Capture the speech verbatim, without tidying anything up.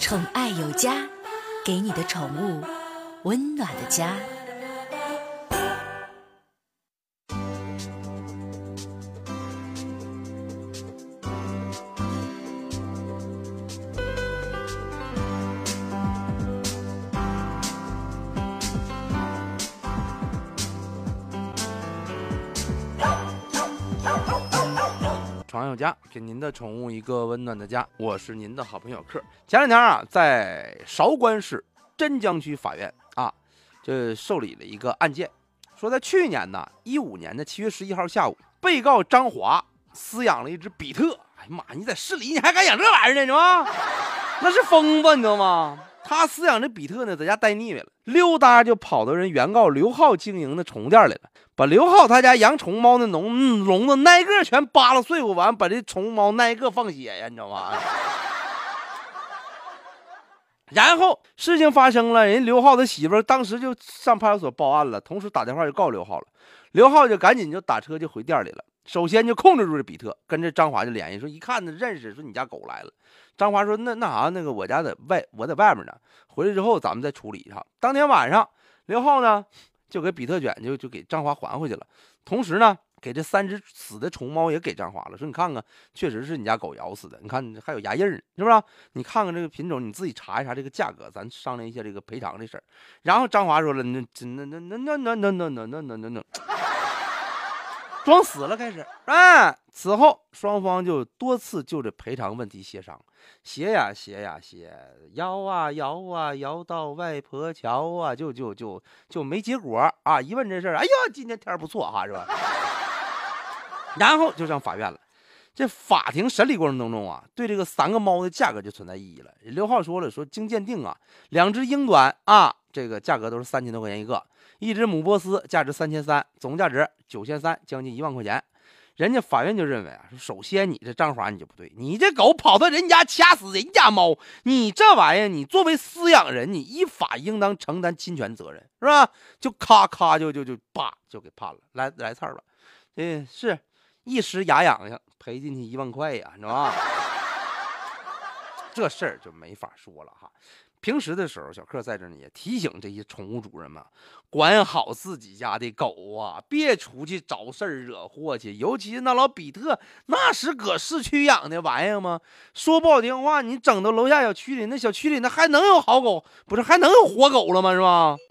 宠爱有家，给你的宠物温暖的家。 宠爱有家，给您的宠物一个温暖的家。我是您的好朋友克。前两天啊，在韶关市真江区法院啊，这受理了一个案件，说在去年呢，一五年的七月十一号下午，被告张华饲养了一只比特。哎呀妈，你在市里你还敢养这玩意儿呢？是吧？那是疯吧，你知道吗？他饲养的比特呢，在家待腻歪了，溜达就跑到人原告刘浩经营的宠物店来了，把刘浩他家养宠物猫的笼嗯、笼子挨个全扒了碎，完把这宠物猫挨个放血呀，你知道吗？然后事情发生了，人刘浩的媳妇儿当时就上派出所报案了，同时打电话就告刘浩了。刘浩就赶紧就打车就回店里了，首先就控制住这比特，跟这张华就联系，说一看呢认识，说你家狗来了。张华说那那啥，那个我家在外，我在外面呢，回来之后咱们再处理一下。当天晚上，刘浩呢就给比特犬就就给张华还回去了，同时呢给这三只死的宠物猫也给张华了，说你看看，确实是你家狗咬死的，你看还有牙印儿，是不是？你看看这个品种，你自己查一查这个价格，咱商量一下这个赔偿的事儿。然后张华说了，那那那那那那那那那那那那那。装死了开始，哎，此后双方就多次就这赔偿问题协商，协呀协呀协，摇啊摇啊摇到外婆桥啊，就就就就没结果啊！一问这事儿，哎呀，今天天不错哈，是吧？然后就上法院了。这法庭审理过程当中啊，对这个三个猫的价格就存在异议了。刘浩说了，说经鉴定啊，两只英短啊，这个价格都是三千多块钱一个。一只母波斯价值三千三，总价值九千三，将近一万块钱。人家法院就认为啊，说首先你这张华你就不对，你这狗跑到人家掐死人家猫，你这玩意儿你作为饲养人，你依法应当承担侵权责任，是吧？就咔咔就就就叭就给判了，来来刺儿了。这是一时牙痒痒，赔进去一万块呀，你知道吧？这事儿就没法说了哈。平时的时候，小克在这呢也提醒这些宠物主人们，管好自己家的狗啊，别出去找事儿惹祸去。尤其是那老比特，那是搁市区养的玩意儿吗？说不好听话，你整到楼下小区里，那小区里那还能有好狗，不是还能有活狗了吗？是吧？